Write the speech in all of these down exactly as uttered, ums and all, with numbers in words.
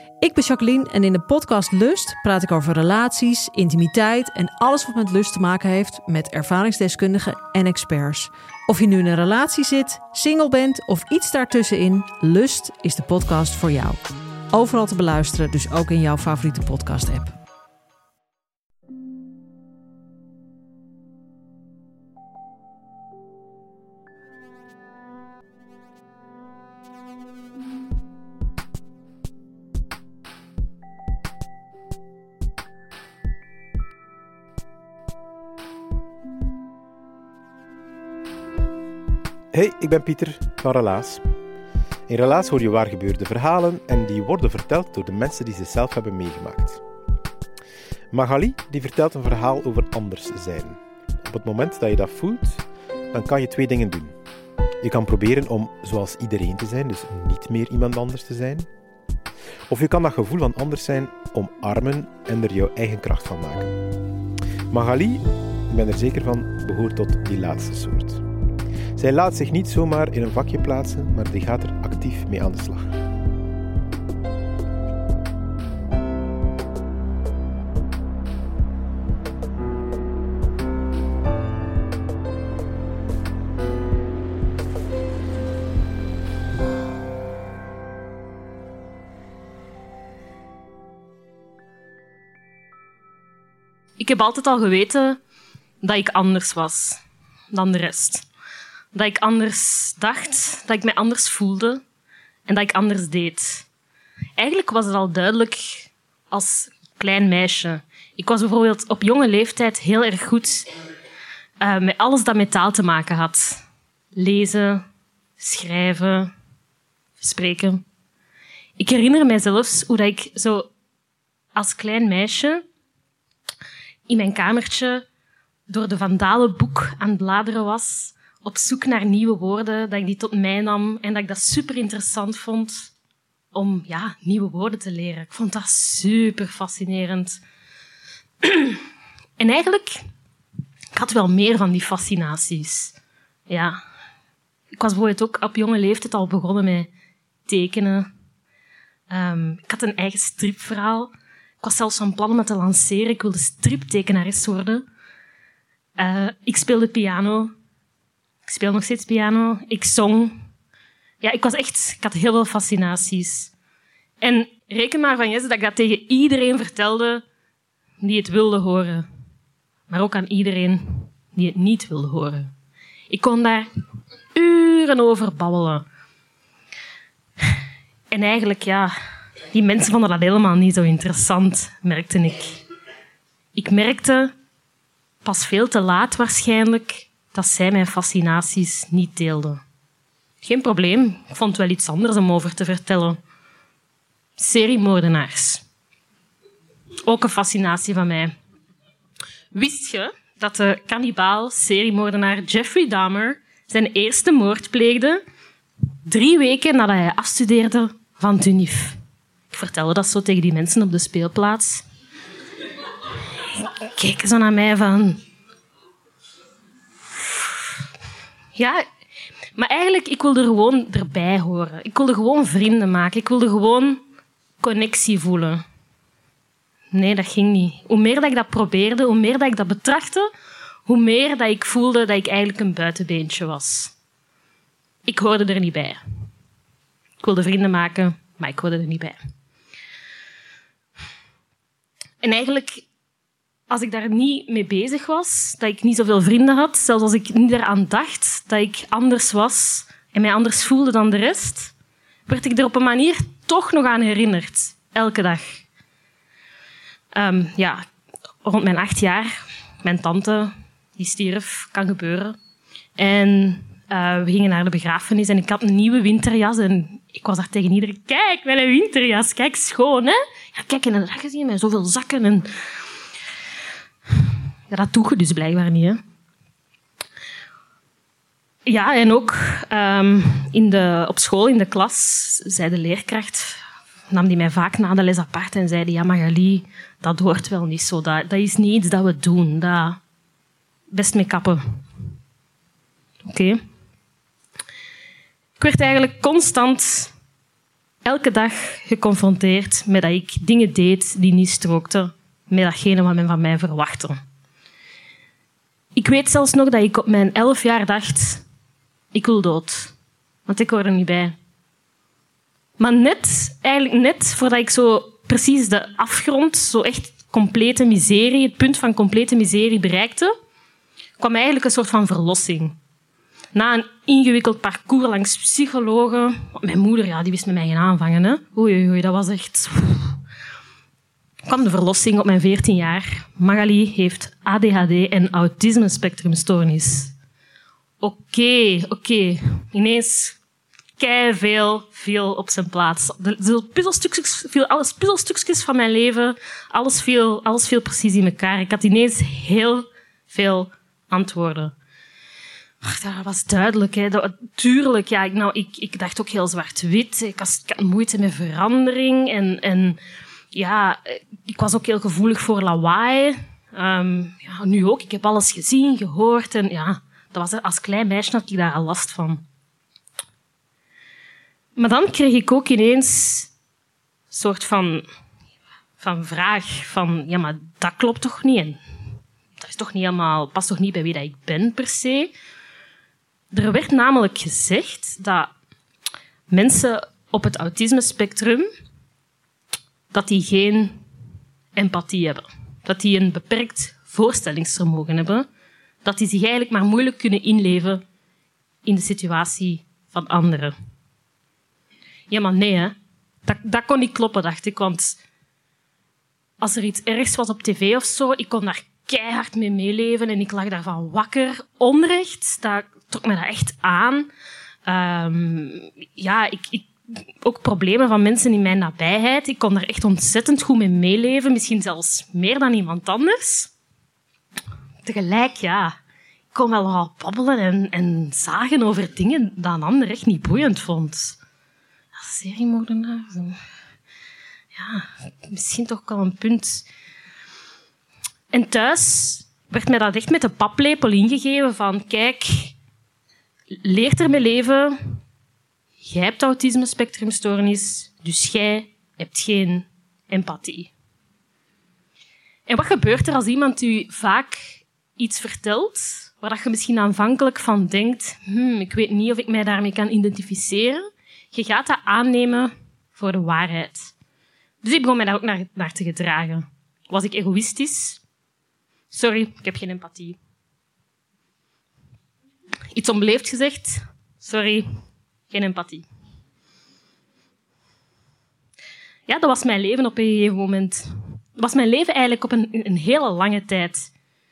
Ik ben Jacqueline en in de podcast Lust praat ik over relaties, intimiteit en alles wat met lust te maken heeft met ervaringsdeskundigen en experts. Of je nu in een relatie zit, single bent of iets daartussenin, Lust is de podcast voor jou. Overal te beluisteren, dus ook in jouw favoriete podcast-app. Hey, ik ben Pieter van Relaas. In Relaas hoor je waar gebeurde verhalen en die worden verteld door de mensen die ze zelf hebben meegemaakt. Magali die vertelt een verhaal over anders zijn. Op het moment dat je dat voelt, dan kan je twee dingen doen. Je kan proberen om zoals iedereen te zijn, dus niet meer iemand anders te zijn. Of je kan dat gevoel van anders zijn omarmen en er jouw eigen kracht van maken. Magali, ik ben er zeker van, behoort tot die laatste soort. Zij laat zich niet zomaar in een vakje plaatsen, maar die gaat er actief mee aan de slag. Ik heb altijd al geweten dat ik anders was dan de rest. Dat ik anders dacht, dat ik mij anders voelde en dat ik anders deed. Eigenlijk was het al duidelijk als klein meisje. Ik was bijvoorbeeld op jonge leeftijd heel erg goed uh, met alles dat met taal te maken had. Lezen, schrijven, spreken. Ik herinner mij zelfs hoe dat ik zo als klein meisje in mijn kamertje door de Vandalenboek aan het bladeren was, op zoek naar nieuwe woorden, dat ik die tot mij nam en dat ik dat super interessant vond om ja, nieuwe woorden te leren. Ik vond dat super fascinerend. En eigenlijk, ik had wel meer van die fascinaties. Ja. Ik was bijvoorbeeld ook op jonge leeftijd al begonnen met tekenen. Um, ik had een eigen stripverhaal. Ik was zelfs van plan om het te lanceren. Ik wilde striptekenares worden. Uh, ik speelde piano. Ik speel nog steeds piano. Ik zong. Ja, ik was echt... Ik had heel veel fascinaties. En reken maar van Jesse dat ik dat tegen iedereen vertelde die het wilde horen. Maar ook aan iedereen die het niet wilde horen. Ik kon daar uren over babbelen. En eigenlijk, ja... Die mensen vonden dat helemaal niet zo interessant, merkte ik. Ik merkte, pas veel te laat waarschijnlijk, dat zij mijn fascinaties niet deelden. Geen probleem, ik vond wel iets anders om over te vertellen. Seriemoordenaars. Ook een fascinatie van mij. Wist je dat de kannibaal seriemoordenaar Jeffrey Dahmer zijn eerste moord pleegde drie weken nadat hij afstudeerde van de U N I F? Ik vertelde dat zo tegen die mensen op de speelplaats. Keken ze naar mij van... Ja, maar eigenlijk, ik wilde gewoon erbij horen. Ik wilde gewoon vrienden maken. Ik wilde gewoon connectie voelen. Nee, dat ging niet. Hoe meer dat ik dat probeerde, hoe meer dat ik dat betrachtte, hoe meer dat ik voelde dat ik eigenlijk een buitenbeentje was. Ik hoorde er niet bij. Ik wilde vrienden maken, maar ik hoorde er niet bij. En eigenlijk, als ik daar niet mee bezig was, dat ik niet zoveel vrienden had, zelfs als ik niet eraan dacht dat ik anders was en mij anders voelde dan de rest, werd ik er op een manier toch nog aan herinnerd. Elke dag. Um, ja, rond mijn acht jaar, mijn tante, die stierf, kan gebeuren. En uh, we gingen naar de begrafenis en ik had een nieuwe winterjas en ik was daar tegen iedereen. Kijk, mijn winterjas, kijk, schoon, hè? Ja, kijk, en dan zag je zien met zoveel zakken. En... Ja, dat doe je dus blijkbaar niet, hè? Ja, en ook um, in de, op school, in de klas, zei de leerkracht, nam die mij vaak na de les apart en zei die, ja, Magali, dat hoort wel niet zo. Dat, dat is niet iets dat we doen. Dat... Best mee kappen. Oké. Okay. Ik werd eigenlijk constant elke dag geconfronteerd met dat ik dingen deed die niet strookten met datgene wat men van mij verwachtte. Ik weet zelfs nog dat ik op mijn elf jaar dacht, ik wil dood. Want ik hoor er niet bij. Maar net, eigenlijk net voordat ik zo precies de afgrond, zo echt complete miserie, het punt van complete miserie bereikte, kwam eigenlijk een soort van verlossing. Na een ingewikkeld parcours langs psychologen... Mijn moeder, ja, die wist met mij geen aanvangen. Hè? Oei, oei, oei, dat was echt... kwam de verlossing op mijn veertien jaar. Magali heeft A D H D en autisme-spectrumstoornis. Oké, okay, oké. Okay. Ineens keiveel viel op zijn plaats. De, de puzzelstukjes, viel alles puzzelstukjes van mijn leven. Alles viel, alles viel precies in elkaar. Ik had ineens heel veel antwoorden. Ach, dat was duidelijk. Hè. Dat, tuurlijk, ja, ik, nou, ik, ik dacht ook heel zwart-wit. Ik, was, ik had moeite met verandering. En, en ja, ik was ook heel gevoelig voor lawaai. Um, ja, nu ook. Ik heb alles gezien, gehoord. En ja, dat was, als klein meisje had ik daar al last van. Maar dan kreeg ik ook ineens een soort van, van vraag van... Ja, maar dat klopt toch niet? En dat is toch niet helemaal, past toch niet bij wie dat ik ben, per se? Er werd namelijk gezegd dat mensen op het autisme-spectrum dat die geen empathie hebben. Dat die een beperkt voorstellingsvermogen hebben. Dat die zich eigenlijk maar moeilijk kunnen inleven in de situatie van anderen. Ja, maar nee, hè. Dat, dat kon niet kloppen, dacht ik. Want als er iets ergs was op tv of zo, ik kon daar keihard mee meeleven en ik lag daarvan wakker. Onrecht, dat trok me dat echt aan. Um, ja, ik, ik, ook problemen van mensen in mijn nabijheid. Ik kon daar echt ontzettend goed mee meeleven. Misschien zelfs meer dan iemand anders. Tegelijk, ja, ik kon wel wat babbelen en, en zagen over dingen dat een ander echt niet boeiend vond. Ja, seriemoordenaar. Ja, misschien toch wel een punt. En thuis werd mij dat echt met de paplepel ingegeven van, kijk, leert ermee leven. Jij hebt autisme-spectrumstoornis, dus jij hebt geen empathie. En wat gebeurt er als iemand u vaak iets vertelt, waar je misschien aanvankelijk van denkt, hmm, ik weet niet of ik mij daarmee kan identificeren? Je gaat dat aannemen voor de waarheid. Dus ik begon mij daar ook naar, naar te gedragen. Was ik egoïstisch? Sorry, ik heb geen empathie. Iets onbeleefd gezegd? Sorry, geen empathie. Ja, dat was mijn leven op een gegeven moment. Dat was mijn leven eigenlijk op een, een hele lange tijd.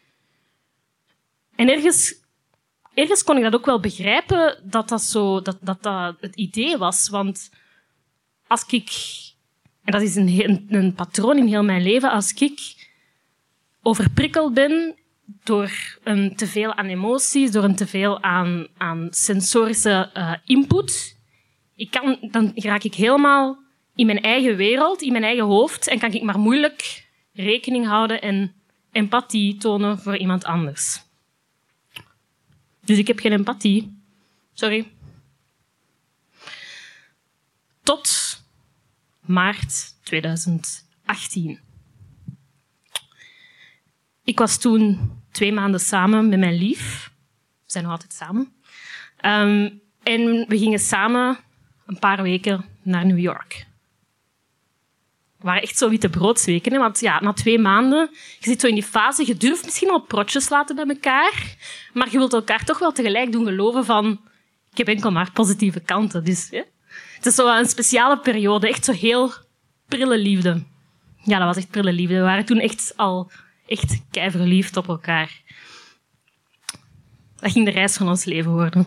En ergens, ergens kon ik dat ook wel begrijpen, dat dat, zo, dat, dat dat het idee was. Want als ik... En dat is een, een, een patroon in heel mijn leven. Als ik overprikkeld ben door een teveel aan emoties, door een teveel aan, aan sensorische uh, input, ik kan, dan raak ik helemaal in mijn eigen wereld, in mijn eigen hoofd, en kan ik maar moeilijk rekening houden en empathie tonen voor iemand anders. Dus ik heb geen empathie. Sorry. Tot maart tweeduizend achttien. Ik was toen twee maanden samen met mijn lief. We zijn nog altijd samen. Um, en we gingen samen een paar weken naar New York. Het waren echt zo wittebroodsweken, hè? Want ja, na twee maanden, je zit zo in die fase, je durft misschien al protjes laten bij elkaar, maar je wilt elkaar toch wel tegelijk doen geloven van, ik heb enkel maar positieve kanten. Dus, hè? Het is zo een speciale periode, echt zo heel prille liefde. Ja, dat was echt prille liefde. We waren toen echt al echt keiverliefd op elkaar. Dat ging de reis van ons leven worden.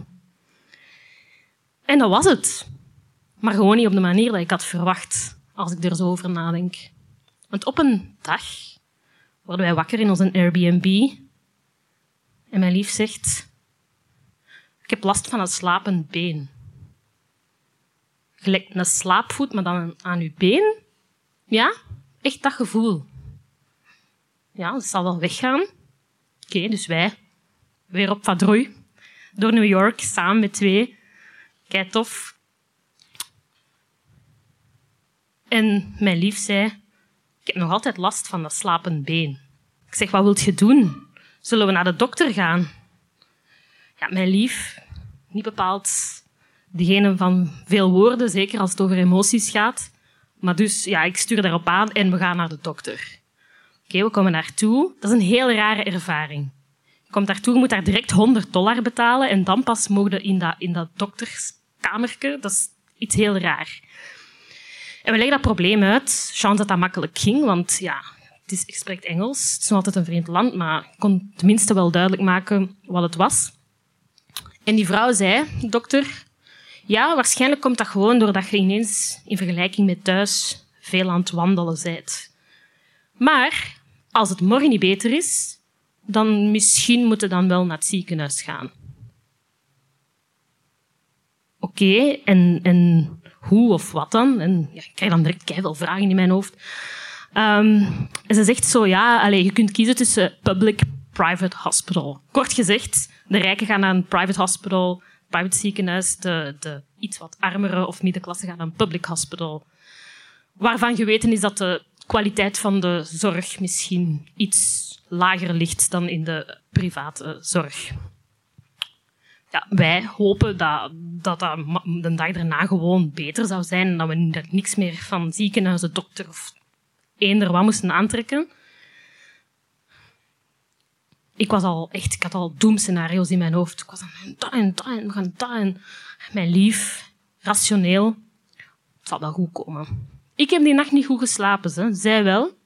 En dat was het. Maar gewoon niet op de manier dat ik had verwacht, als ik er zo over nadenk. Want op een dag worden wij wakker in onze Airbnb en mijn lief zegt, ik heb last van een slapend been. Gelijk een slaapvoet, maar dan aan uw been. Ja, echt dat gevoel. Ja, dat zal wel weggaan. Oké, okay, dus wij weer op vadrouille door New York, samen met twee. Kei tof. En mijn lief zei, ik heb nog altijd last van dat slapend been. Ik zeg, wat wilt je doen? Zullen we naar de dokter gaan? Ja, mijn lief, niet bepaald degene van veel woorden, zeker als het over emoties gaat. Maar dus, ja, ik stuur daarop aan en we gaan naar de dokter. Oké, okay, we komen naartoe. Dat is een heel rare ervaring. Je komt daartoe, je moet daar direct honderd dollar betalen en dan pas mogen je in dat, in dat dokterskamertje. Dat is iets heel raar. En we leggen dat probleem uit. Chance dat dat makkelijk ging, want ja, het is, ik spreek Engels. Het is nog altijd een vreemd land, maar ik kon tenminste wel duidelijk maken wat het was. En die vrouw zei, dokter, ja, waarschijnlijk komt dat gewoon doordat je ineens in vergelijking met thuis veel aan het wandelen bent. Maar als het morgen niet beter is, dan misschien moet je dan wel naar het ziekenhuis gaan. Oké, okay, en, en hoe of wat dan? En ja, ik krijg dan direct keiveel vragen in mijn hoofd. Um, en ze zegt zo, ja, allez, je kunt kiezen tussen public-private hospital. Kort gezegd, de rijken gaan naar een private hospital, private ziekenhuis, de, de iets wat armere of middenklasse gaan naar een public hospital. Waarvan geweten is dat de kwaliteit van de zorg misschien iets lager ligt dan in de private zorg. Ja, wij hopen dat, dat dat de dag daarna gewoon beter zou zijn en dat we er niks meer van ziekenhuizen, dokter of eender wat moesten aantrekken. Ik was al echt, ik had al doemscenario's in mijn hoofd. Ik was aan dat en dat en we gaan dat en mijn lief, rationeel. Het zal wel goed komen. Ik heb die nacht niet goed geslapen, ze. Zij wel.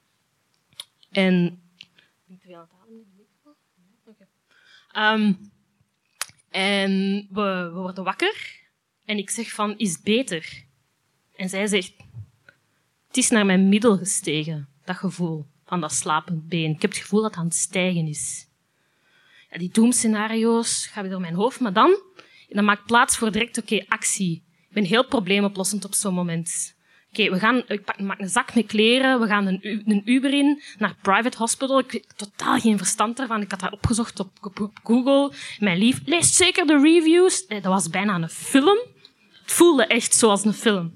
En ik te veel aan het ademen. Okay. Um, en we, we worden wakker en ik zeg van, is het beter? En zij zegt, het is naar mijn middel gestegen, dat gevoel van dat slapend been. Ik heb het gevoel dat het aan het stijgen is. Ja, die doemscenario's gaan weer door mijn hoofd, maar dan, dan maak ik plaats voor direct, oké, okay, actie. Ik ben heel probleemoplossend op zo'n moment. Oké, okay, we gaan, ik pak, maak een zak met kleren, we gaan een, een Uber in naar private hospital. Ik heb totaal geen verstand ervan. Ik had dat opgezocht op, op, op Google. Mijn lief, lees zeker de reviews. Eh, dat was bijna een film. Het voelde echt zoals een film.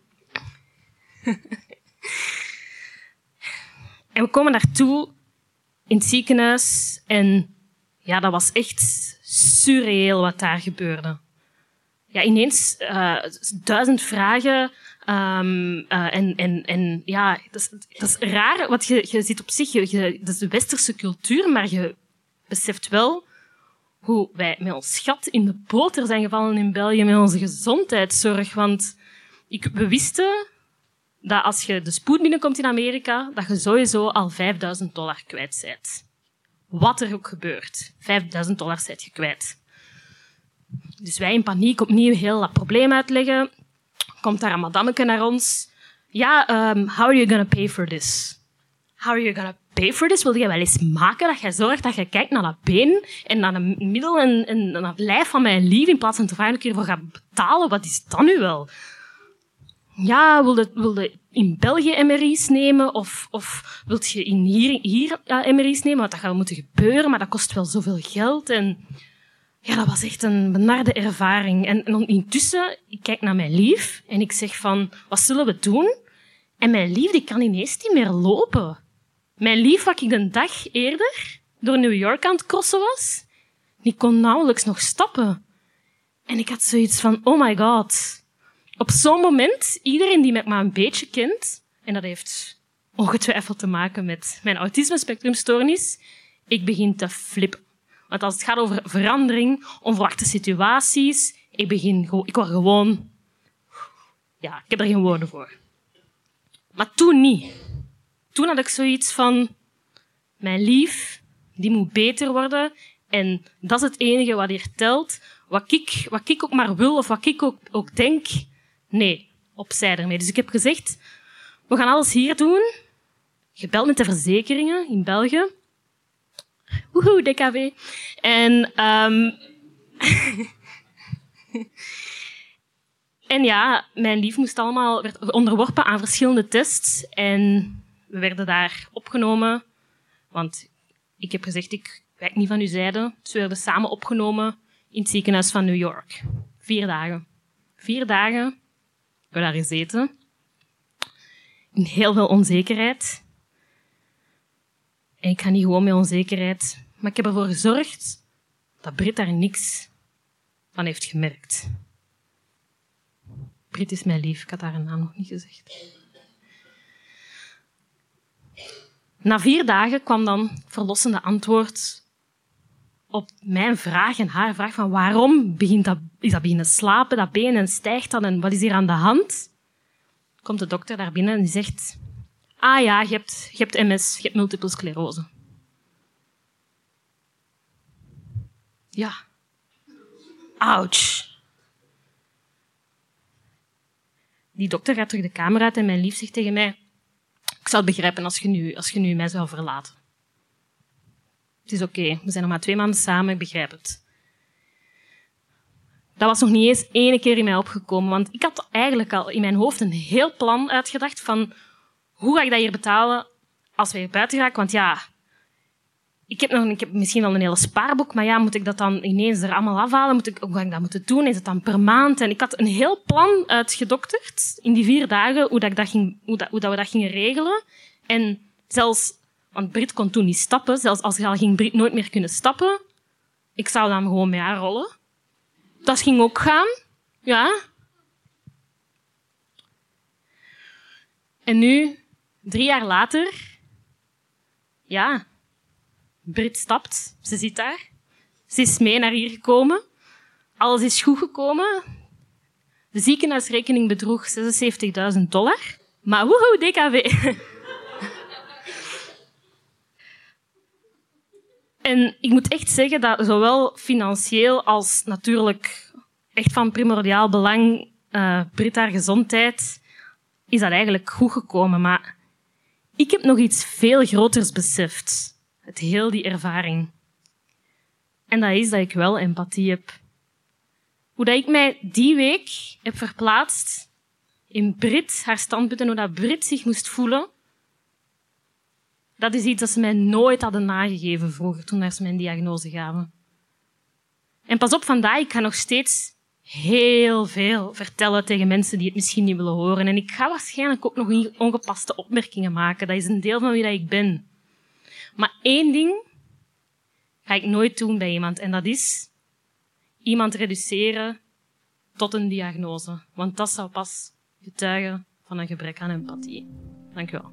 En we komen daartoe in het ziekenhuis en ja, dat was echt surreëel wat daar gebeurde. Ja, ineens uh, duizend vragen. Um, uh, en, en, en ja, dat is, dat is raar, want je, je ziet op zich, je, je, dat is de westerse cultuur, maar je beseft wel hoe wij met ons gat in de boter zijn gevallen in België met onze gezondheidszorg. Want ik, we wisten dat als je de spoed binnenkomt in Amerika, dat je sowieso al vijfduizend dollar kwijt bent. Wat er ook gebeurt, vijfduizend dollar zijt je kwijt. Dus wij in paniek opnieuw heel dat probleem uitleggen. Komt daar een madameke naar ons. Ja, um, how are you gonna pay for this? How are you gonna pay for this? Wil jij wel eens maken dat jij zorgt dat je kijkt naar dat been en naar de middel en, en naar het lijf van mijn lief in plaats van te vragen een keer voor gaan betalen? Wat is dat nu wel? Ja, wil je, wil je in België M R I's nemen of, of wil je in hier, hier uh, M R I's nemen? Want dat gaat moeten gebeuren, maar dat kost wel zoveel geld. En ja, dat was echt een benarde ervaring. En, en intussen, ik kijk naar mijn lief en ik zeg van, wat zullen we doen? En mijn lief, die kan ineens niet meer lopen. Mijn lief, wat ik een dag eerder door New York aan het crossen was, die kon nauwelijks nog stappen. En ik had zoiets van, oh my god. Op zo'n moment, iedereen die mij maar een beetje kent, en dat heeft ongetwijfeld te maken met mijn autisme-spectrumstoornis, ik begin te flippen. Want als het gaat over verandering, onverwachte situaties, ik begin gewoon, ik word gewoon, ja, ik heb er geen woorden voor. Maar toen niet. Toen had ik zoiets van, mijn lief, die moet beter worden en dat is het enige wat hier telt. Wat ik, wat ik ook maar wil of wat ik ook, ook denk, nee, opzij ermee. Dus ik heb gezegd, we gaan alles hier doen. Gebeld met de verzekeringen in België. Woehoe, D K V. En, um... en ja, mijn lief moest allemaal, werd onderworpen aan verschillende tests. En we werden daar opgenomen. Want ik heb gezegd, ik wijk niet van uw zijde. Dus we werden samen opgenomen in het ziekenhuis van New York. Vier dagen. Vier dagen hebben we daar gezeten. in heel veel onzekerheid. En ik ga niet gewoon met onzekerheid, maar ik heb ervoor gezorgd dat Brit daar niks van heeft gemerkt. Brit is mijn lief, ik had haar naam nog niet gezegd. Na vier dagen kwam dan het verlossende antwoord op mijn vraag en haar vraag van waarom begint dat, is dat beginnen slapen, dat been, en stijgt dat en wat is hier aan de hand? Komt de dokter daar binnen en die zegt, ah ja, je hebt, je hebt M S, je hebt multiple sclerose. Ja. Ouch. Die dokter gaat terug de kamer uit en mijn lief zegt tegen mij, ik zou het begrijpen als je nu, als je nu mij zou verlaten. Het is oké, okay. We zijn nog maar twee maanden samen, ik begrijp het. Dat was nog niet eens ene keer in mij opgekomen, want ik had eigenlijk al in mijn hoofd een heel plan uitgedacht van hoe ga ik dat hier betalen als wij buiten geraken, want ja, ik heb, nog, ik heb misschien wel een hele spaarboek, maar ja, moet ik dat dan ineens er allemaal afhalen? Moet ik, hoe ga ik dat moeten doen? Is het dan per maand? En ik had een heel plan uitgedokterd in die vier dagen, hoe, dat ik dat ging, hoe, dat, hoe dat we dat gingen regelen. En zelfs, want Brit kon toen niet stappen, zelfs als ik al ging Brit nooit meer kunnen stappen, ik zou dan gewoon met haar rollen. Dat ging ook gaan, ja. En nu, drie jaar later, ja... Brit stapt, ze zit daar. Ze is mee naar hier gekomen. Alles is goed gekomen. De ziekenhuisrekening bedroeg zesenzeventigduizend dollar. Maar woehoe, D K V. En ik moet echt zeggen dat zowel financieel als natuurlijk echt van primordiaal belang, uh, Brit haar gezondheid, is dat eigenlijk goed gekomen. Maar ik heb nog iets veel groters beseft. Het heel die ervaring. En dat is dat ik wel empathie heb. Hoe dat ik mij die week heb verplaatst in Brit, haar standpunt, en hoe dat Brit zich moest voelen, dat is iets dat ze mij nooit hadden nagegeven vroeger, toen ze mij een diagnose gaven. En pas op, vandaag, ik ga nog steeds heel veel vertellen tegen mensen die het misschien niet willen horen. En ik ga waarschijnlijk ook nog ongepaste opmerkingen maken. Dat is een deel van wie dat ik ben. Maar één ding ga ik nooit doen bij iemand. En dat is iemand reduceren tot een diagnose. Want dat zou pas getuigen van een gebrek aan empathie. Dank u wel.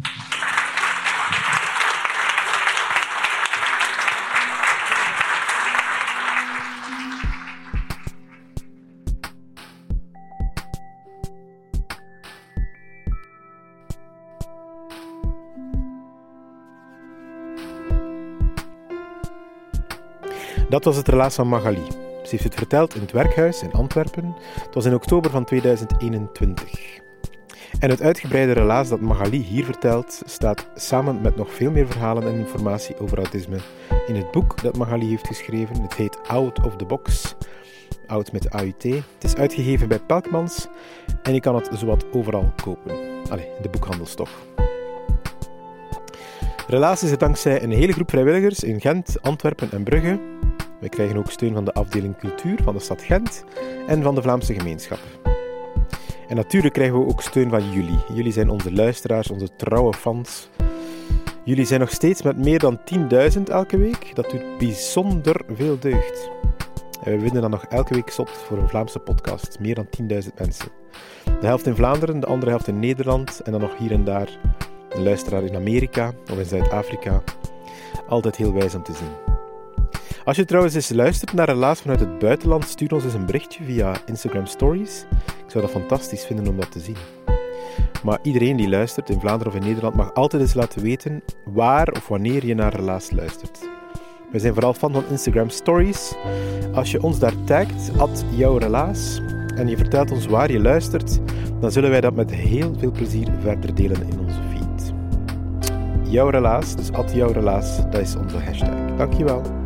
Dat was het relaas van Magali. Ze heeft het verteld in het werkhuis in Antwerpen. Het was in oktober van tweeduizend eenentwintig. En het uitgebreide relaas dat Magali hier vertelt, staat samen met nog veel meer verhalen en informatie over autisme in het boek dat Magali heeft geschreven. Het heet Out of the Box. Out met A U T. Het is uitgegeven bij Pelkmans en je kan het zowat overal kopen. Allee, de boekhandels toch. Relaas is het dankzij een hele groep vrijwilligers in Gent, Antwerpen en Brugge. Wij krijgen ook steun van de afdeling cultuur van de stad Gent en van de Vlaamse gemeenschap. En natuurlijk krijgen we ook steun van jullie. Jullie zijn onze luisteraars, onze trouwe fans. Jullie zijn nog steeds met meer dan tienduizend elke week. Dat doet bijzonder veel deugd. En we winnen dan nog elke week zot voor een Vlaamse podcast. Meer dan tienduizend mensen. De helft in Vlaanderen, de andere helft in Nederland en dan nog hier en daar een luisteraar in Amerika of in Zuid-Afrika. Altijd heel wijs om te zien. Als je trouwens eens luistert naar Relaas vanuit het buitenland, stuur ons eens een berichtje via Instagram Stories. Ik zou dat fantastisch vinden om dat te zien. Maar iedereen die luistert, in Vlaanderen of in Nederland, mag altijd eens laten weten waar of wanneer je naar Relaas luistert. Wij zijn vooral fan van Instagram Stories. Als je ons daar tagt, at jouw Relaas, en je vertelt ons waar je luistert, dan zullen wij dat met heel veel plezier verder delen in onze feed. Jouw Relaas, dus at jouw Relaas, dat is onze hashtag. Dankjewel.